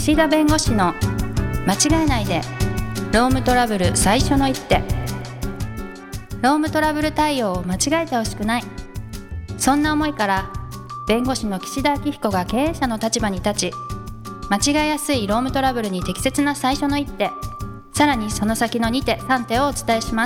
岸田弁護士の間違えないでロームトラブル最初の一手。ロームトラブル対応を間違えてほしくない、そんな思いから弁護士の岸田明彦が経営者の立場に立ち、間違えやすいロームトラブルに適切な最初の一手、さらにその先の2手3手をお伝えします。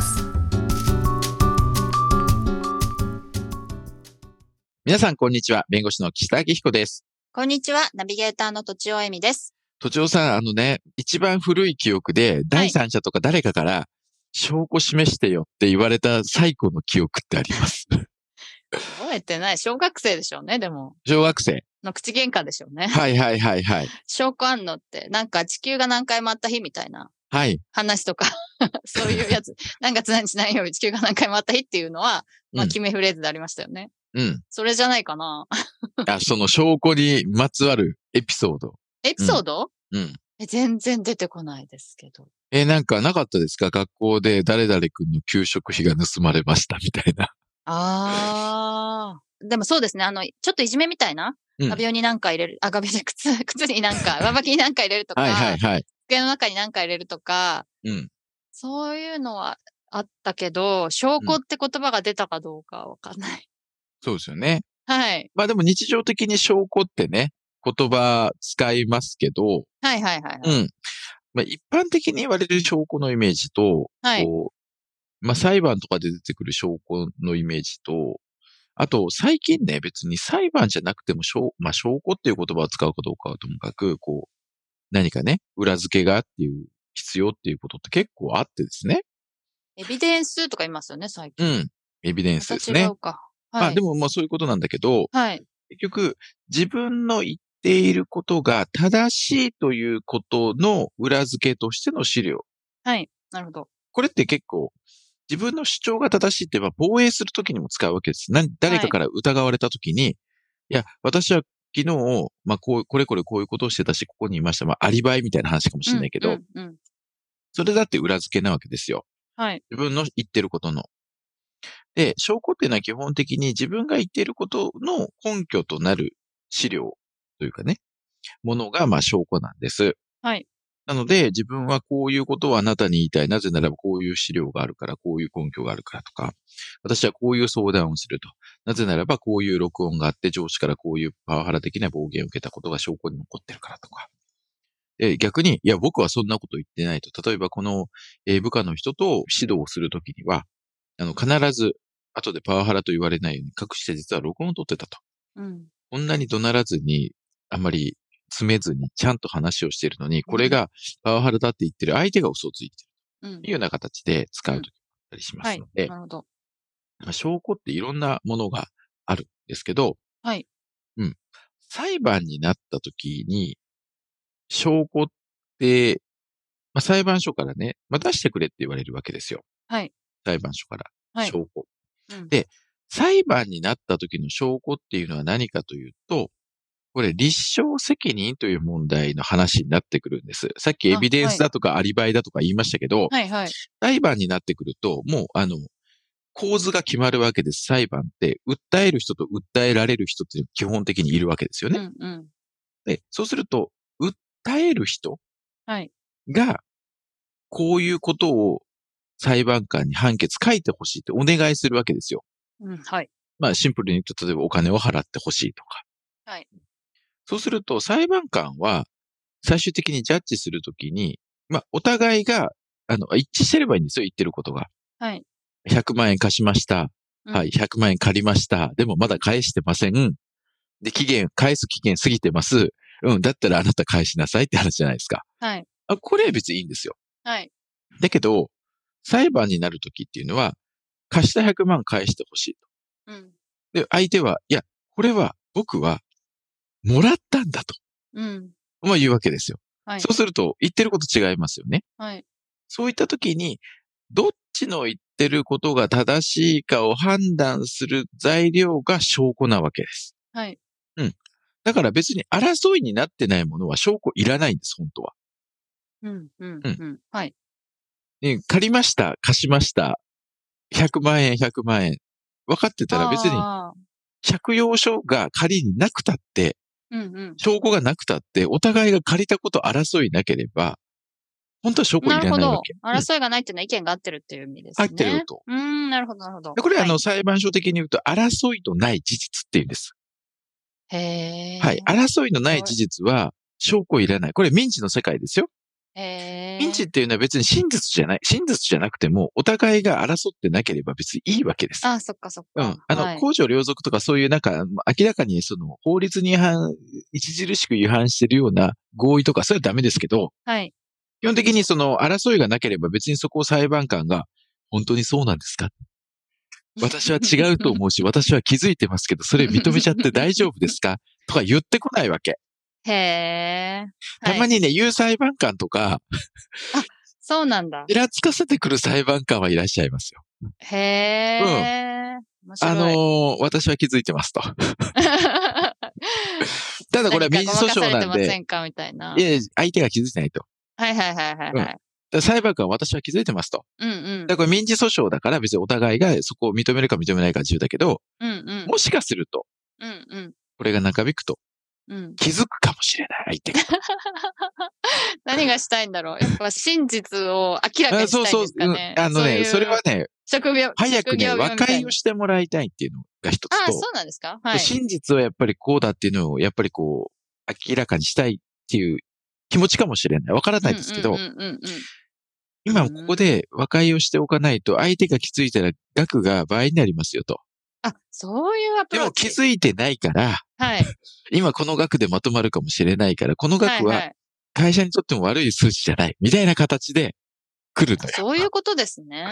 皆さんこんにちは。弁護士の岸田明彦です。 こんにちは。ナビゲーターのとちおえみです。 とちおさん、一番古い記憶で第三者とか誰かから証拠示してよって言われた最古の記憶ってあります？ 覚えてない。小学生でしょうね、でも。 小学生の口喧嘩でしょうね。 はいはいはいはい。 証拠あんのって、なんか地球が何回回った日みたいな。 はい。 話とか、そういうやつ。何月何日何曜日地球が何回回った日っていうのは、決めフレーズでありましたよね。 うん。 それじゃないかな。 その証拠にまつわるエピソード。 エピソード？ うん。 全然出てこないですけど。 なんかなかったですか？学校で誰々君の給食費が盗まれましたみたいな。 でもそうですね。ちょっといじめみたいな。画鋲に何か入れる。画鋲で靴に何か、上履きに何か入れるとか。 はいはいはい。 机の中に何か入れるとか。 うん。 そういうのはあったけど、証拠って言葉が出たかどうかわかんない。 そうですよね。 はい。 まあでも日常的に証拠ってね、言葉使いますけど。 はいはいはい。 うん。まあ一般的に言われる証拠のイメージと、 はい。 まあ裁判とかで出てくる証拠のイメージと、あと最近ね、別に裁判じゃなくてもまあ証拠っていう言葉を使うかどうかはともかく、何かね、裏付けがっていう必要っていうことって結構あってですね。 エビデンスとか言いますよね、最近。 うん。エビデンスですね。 違うか。はい。 まあでもまあそういうことなんだけど、 はい。 結局自分の言っていることが正しいということの裏付けとしての資料。 はい。なるほど。 これって結構自分の主張が正しいって防衛するときにも使うわけです。誰かから疑われたときに、いや、私は昨日、まあこれこれこういうことをしてたし、ここにいました。まあアリバイみたいな話かもしれないけど、それだって裏付けなわけですよ。 はい。 自分の言ってることの。で、証拠っていうのは基本的に自分が言っていることの根拠となる資料というかね、ものがまあ証拠なんです。 はい。 なので、自分はこういうことをあなたに言いたい。なぜならばこういう資料があるから、こういう根拠があるからとか、私はこういう相談をすると。なぜならばこういう録音があって、上司からこういうパワハラ的な暴言を受けたことが証拠に残ってるからとか。逆に、いや、僕はそんなこと言ってないと。例えばこの部下の人と指導をするときには、必ず後でパワハラと言われないように隠して実は録音を取ってたと。 うん。 こんなに怒鳴らずに、あんまり詰めずにちゃんと話をしているのに、これがパワハラだって言ってる相手が嘘をついているというような形で使うときもあったりしますので、 はい。なるほど。 証拠っていろんなものがあるんですけど、 はい。 うん。裁判になったときに、証拠って、まあ、裁判所からね、まあ、出してくれって言われるわけですよ。 はい。 裁判所からはい。 証拠。 うん、 で、裁判になった時の証拠っていうのは何かというと、これ立証責任という問題の話になってくるんです。さっきエビデンスだとかアリバイだとか言いましたけど、 はいはい。 裁判になってくると、もう構図が決まるわけです。裁判って、訴える人と訴えられる人って基本的にいるわけですよね。 うんうん。 で、そうすると、訴える人はい。 が、こういうことを裁判官に判決書いてほしいってお願いするわけですよ。 うん、はい。 まあシンプルに言うと、例えばお金を払ってほしいとか。 はい。 そうすると、裁判官は最終的にジャッジするときに、まあお互いが、一致してればいいんですよ、言ってることが。 はい。 100万円貸しました。はい、100万円借りました。でもまだ返してません。で、返す期限過ぎてます。だったらあなた返しなさいって話じゃないですか。 はい。 これは別にいいんですよ。 はい。 だけど、裁判になるときっていうのは、貸した100万返してほしいと。 うん。 で、相手は、いや、これは僕はもらったんだと。 うん。 まあ言うわけですよ。 はい。 そうすると、言ってること違いますよね。 はい。 そういったときに、どっちの言ってることが正しいかを判断する材料が証拠なわけです。 はい。 うん。だから別に争いになってないものは証拠いらないんです、本当は。 うん、うん、 うん。 うん。はい。 借りました、貸しました。100万円、100万円。分かってたら別に、借用書が仮になくたって、 うんうん。 証拠がなくたって、お互いが借りたこと争いなければ、本当は証拠いなるほどらないわけ。。 争いがないっていうのは意見が合ってるっていう意味ですね。 合ってると。 なるほど、なるほど。 でこれはい、 裁判所的に言うと、争いのない事実っていうんです。 へー。 はい。争いのない事実は、証拠いらない。これ民事の世界ですよ。民事っていうのは別に真実じゃない。真実じゃなくても、お互いが争ってなければ別にいいわけです。 あ、そっかそっか。 公序良俗とかそういうなんか、明らかに法律に著しく違反してるような合意とか、それはダメですけど、 はい。 基本的に争いがなければ別にそこを裁判官が、本当にそうなんですか？私は違うと思うし、私は気づいてますけど、それ認めちゃって大丈夫ですか？とか言ってこないわけ。 へー。 たまにね、言う裁判官とか、 あ、そうなんだ。 イラつかせてくる裁判官はいらっしゃいますよ。 へー。面白い。 私は気づいてますと。ただこれは民事訴訟なんで、 いや相手が気づいてないと。 はいはいはいはいはい。 裁判官は私は気づいてますと。 うんうん。 だからこれ民事訴訟だから別にお互いがそこを認めるか認めないか自由だけど、 うんうん。 もしかすると、これが長引くと、気づくかもしれない、相手が。 何がしたいんだろう。やっぱ真実を明らかにしたいんですかね。 それはね、早くね、和解をししてもらいたいっていうのが一つと、 そうなんですか？はい。 真実はやっぱりこうだっていうのを、やっぱりこう、明らかにしたいっていう気持ちかもしれない。わからないですけど、今ここで和解をしておかないと、相手が気づいたら額が倍になりますよと。 あ、そういうアプローチ。 でも気づいてないから、 はい。 今この額でまとまるかもしれないから、この額は会社にとっても悪い数字じゃない、みたいな形で来るのよ。 そういうことですね。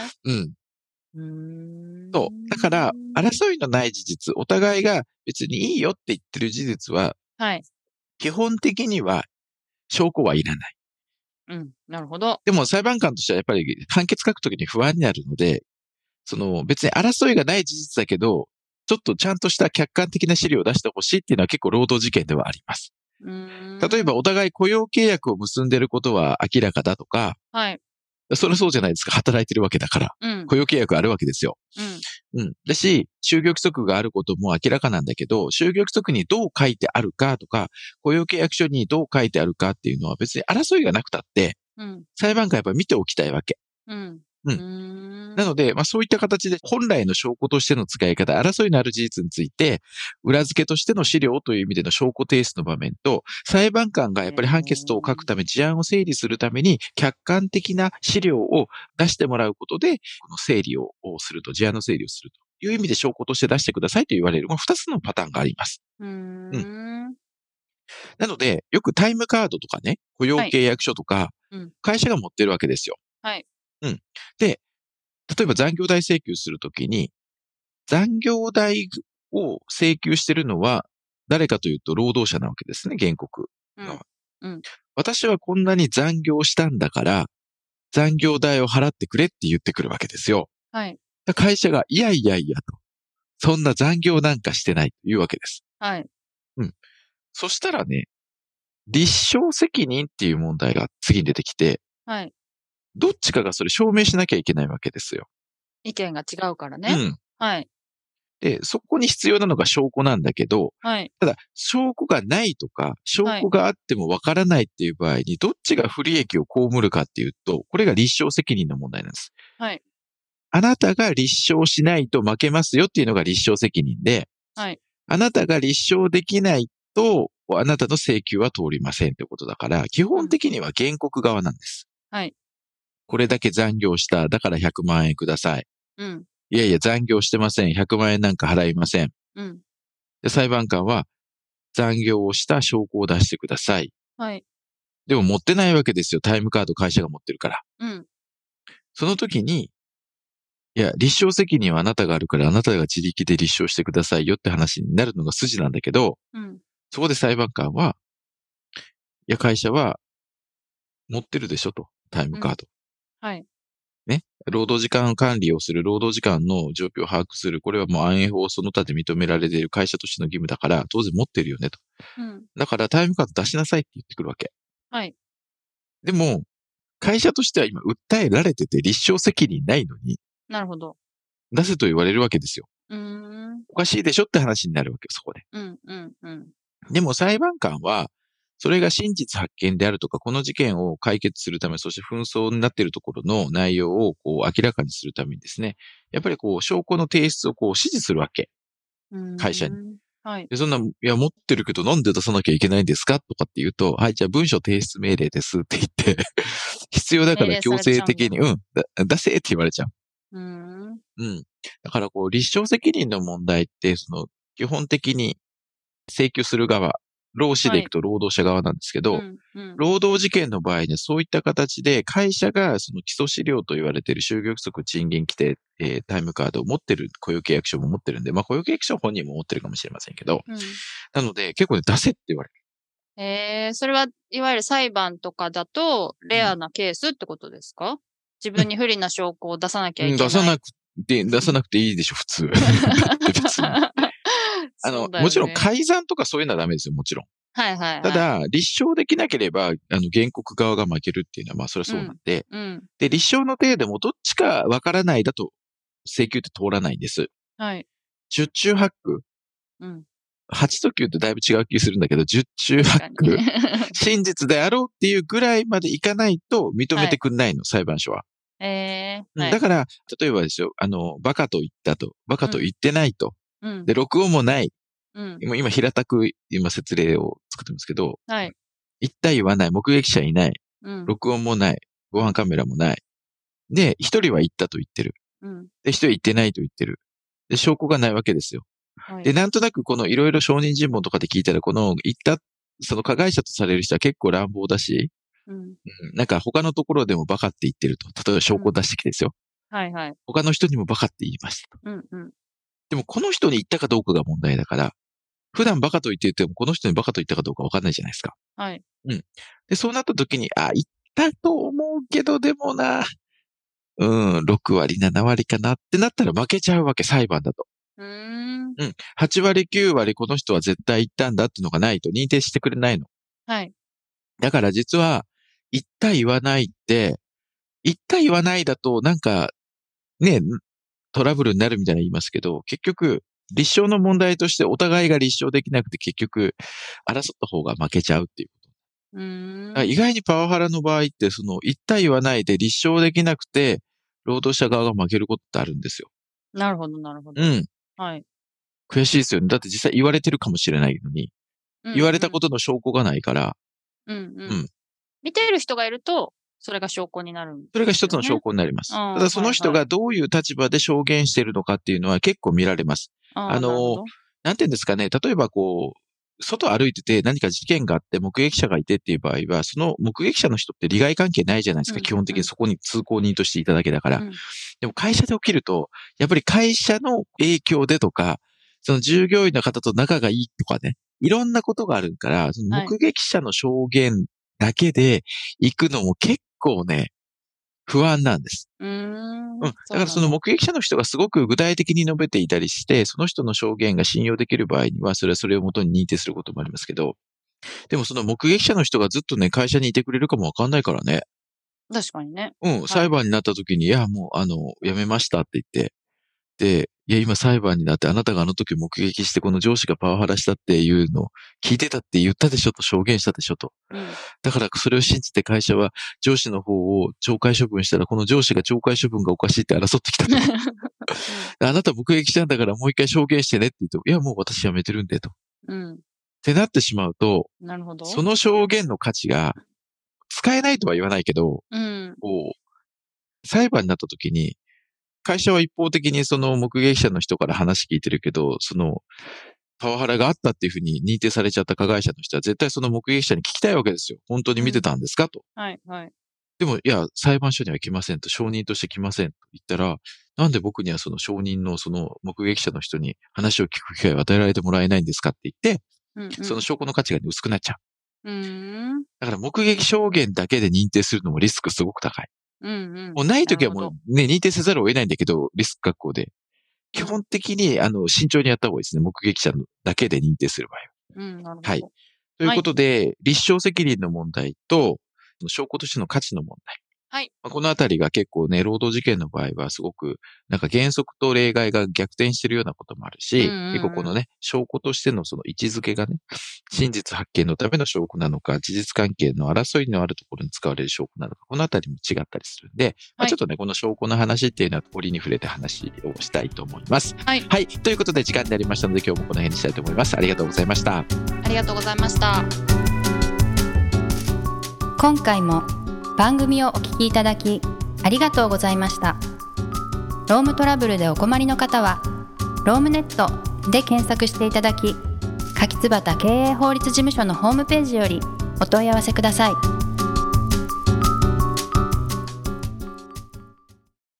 そう。だから、争いのない事実、お互いが別にいいよって言ってる事実は、基本的には証拠はいらない。 なるほど。 でも裁判官としてはやっぱり判決書くときに不安になるので、別に争いがない事実だけど、ちょっとちゃんとした客観的な資料を出してほしいっていうのは結構労働事件ではあります。例えばお互い雇用契約を結んでることは明らかだとか、それはそうじゃないですか。働いてるわけだから。雇用契約あるわけですよ。だし、就業規則があることも明らかなんだけど、就業規則にどう書いてあるかとか、雇用契約書にどう書いてあるかっていうのは別に争いがなくたって、裁判官やっぱり見ておきたいわけ。なので、そういった形で本来の証拠としての使い方、争いのある事実について、裏付けとしての資料という意味での証拠提出の場面と、裁判官がやっぱり判決等を書くため、事案を整理するために、客観的な資料を出してもらうことで、この整理をすると、事案の整理をするという意味で証拠として出してくださいと言われる、2つのパターンがあります。なので、よくタイムカードとかね、雇用契約書とか、会社が持ってるわけですよ。で、例えば残業代請求するときに、残業代を請求してるのは誰かというと労働者なわけですね、原告が。私はこんなに残業したんだから、残業代を払ってくれって言ってくるわけですよ。会社が、いやいやいやと。そんな残業なんかしてないというわけです。そしたらね、立証責任っていう問題が次に出てきて、どっちかがそれ証明しなきゃいけないわけですよ。 意見が違うからね。 で、そこに必要なのが証拠なんだけど、ただ、証拠がないとか、証拠があってもわからないっていう場合に、どっちが不利益を被るかっていうと、これが立証責任の問題なんです。あなたが立証しないと負けますよっていうのが立証責任で、あなたが立証できないと、あなたの請求は通りませんってことだから、基本的には原告側なんです。これだけ残業した、だから100万円ください。いやいや、残業してません。100万円なんか払いません。で、裁判官は、残業をした証拠を出してください。でも持ってないわけですよ。タイムカード会社が持ってるから。その時に、いや、立証責任はあなたがあるから、あなたが自力で立証してくださいよって話になるのが筋なんだけど、そこで裁判官は、いや、会社は持ってるでしょと、タイムカード。ね。労働時間管理をする、労働時間の状況を把握する、これはもう安永法その他で認められている会社としての義務だから、当然持ってるよねと。だからタイムカード出しなさいって言ってくるわけ。でも、会社としては今訴えられてて立証責任ないのに、 なるほど。 出せと言われるわけですよ。おかしいでしょって話になるわけよ、そこで。 でも裁判官は、それが真実発見であるとか、この事件を解決するため、そして紛争になっているところの内容をこう明らかにするためにですね、やっぱりこう証拠の提出をこう指示するわけ。会社に。 はい。 で、そんな、いや、持ってるけどなんで出さなきゃいけないんですかとかって言うと、はい、じゃあ文書提出命令ですって言って、必要だから強制的に、出せって言われちゃう。だからこう、立証責任の問題って、基本的に請求する側、労使でいくと労働者側なんですけど、労働事件の場合にはそういった形で会社がその基礎資料と言われている就業規則賃金規定、タイムカードを持ってる、雇用契約書も持ってるんで、まあ雇用契約書本人も持ってるかもしれませんけど、なので結構ね、出せって言われる。 それはいわゆる裁判とかだとレアなケースってことですか？自分に不利な証拠を出さなきゃいけない。 出さなくていいでしょ、普通。別にもちろん改ざんとかそういうのはダメですよ、もちろん。 はいはいはい。 ただ、立証できなければ、原告側が負けるっていうのは、まあ、それはそうなんで、で、立証の程度もどっちかわからないだと、請求って通らないんです。 はい。 十中八九。8と9ってだいぶ違う気するんだけど、10中8九。真実であろうっていうぐらいまでいかないと認めてくんないの、裁判所は。だから、例えばですよ、バカと言ったと、バカと言ってないと。で、録音もない。今平たく説例を作ってますけど、言った言わない、目撃者いない、録音もない、防犯カメラもない。で、一人は言ったと言ってる。で、一人言ってないと言ってる。で、証拠がないわけですよ。で、なんとなくこのいろいろ証人尋問とかで聞いたら、この言った、その加害者とされる人は結構乱暴だし、なんか他のところでもバカって言ってると。例えば証拠を出してきてですよ。他の人にもバカって言いましたと。でもこの人に言ったかどうかが問題だから、普段バカと言ってても、この人にバカと言ったかどうか分かんないじゃないですか。で、そうなった時に、言ったと思うけど、でもな、6割、7割かなってなったら負けちゃうわけ、裁判だと。8割、9割、この人は絶対言ったんだっていうのがないと認定してくれないの。だから実は、言った言わないって、言った言わないだと、なんか、ね、トラブルになるみたいな言いますけど、結局、立証の問題としてお互いが立証できなくて結局争った方が負けちゃうっていうこと。意外にパワハラの場合って言った言わないで立証できなくて労働者側が負けることってあるんですよ。 なるほど、なるほど。 悔しいですよね。だって実際言われてるかもしれないのに、言われたことの証拠がないから、 見ている人がいると、それが証拠になるんですよね。それが一つの証拠になります。ただその人がどういう立場で証言しているのかっていうのは結構見られます。なんていうんですかね、例えば外歩いてて何か事件があって目撃者がいてっていう場合は、その目撃者の人って利害関係ないじゃないですか。基本的にそこに通行人としていただけだから。でも会社で起きると、やっぱり会社の影響でとか、その従業員の方と仲がいいとかね、いろんなことがあるから、その目撃者の証言だけで行くのも結構ね、不安なんです。だからその目撃者の人がすごく具体的に述べていたりして、その人の証言が信用できる場合には、それはそれをもとに認定することもありますけど、でもその目撃者の人がずっとね、会社にいてくれるかもわかんないからね。 確かにね。 裁判になった時に、いや、もう、辞めましたって言って、で、いや、今裁判になってあなたがあの時目撃してこの上司がパワハラしたっていうのを聞いてたって言ったでしょと証言したでしょと。だからそれを信じて会社は上司の方を懲戒処分したらこの上司が懲戒処分がおかしいって争ってきたと。あなた目撃したんだからもう一回証言してねって言うと、いや、もう私辞めてるんでと。ってなってしまうと、 なるほど。 その証言の価値が使えないとは言わないけど、裁判になった時に、会社は一方的にその目撃者の人から話聞いてるけど、そのパワハラがあったっていうふうに認定されちゃった加害者の人は絶対その目撃者に聞きたいわけですよ。本当に見てたんですかと。でも、いや、裁判所には来ませんと、証人として来ませんと言ったら、なんで僕にはその証人のその目撃者の人に話を聞く機会を与えられてもらえないんですかって言って、その証拠の価値が薄くなっちゃう。だから目撃証言だけで認定するのもリスクすごく高い。もうないときはもうね、認定せざるを得ないんだけど、リスク確保で。基本的に、慎重にやった方がいいですね。目撃者だけで認定する場合は。はい。ということで、立証責任の問題と、証拠としての価値の問はい。 このあたりが結構ね、労働事件の場合はすごく、なんか原則と例外が逆転してるようなこともあるし、結構このね、証拠としてのその位置づけがね、真実発見のための証拠なのか、事実関係の争いのあるところに使われる証拠なのか、このあたりも違ったりするんで、ちょっとね、この証拠の話っていうのは折に触れて話をしたいと思います。 はい。 はい。ということで時間になりましたので、今日もこの辺にしたいと思います。ありがとうございました。 ありがとうございました。 今回も番組をお聞きいただきありがとうございました。ロームトラブルでお困りの方はロームネットで検索していただき、柿椿経営法律事務所のホームページよりお問い合わせください。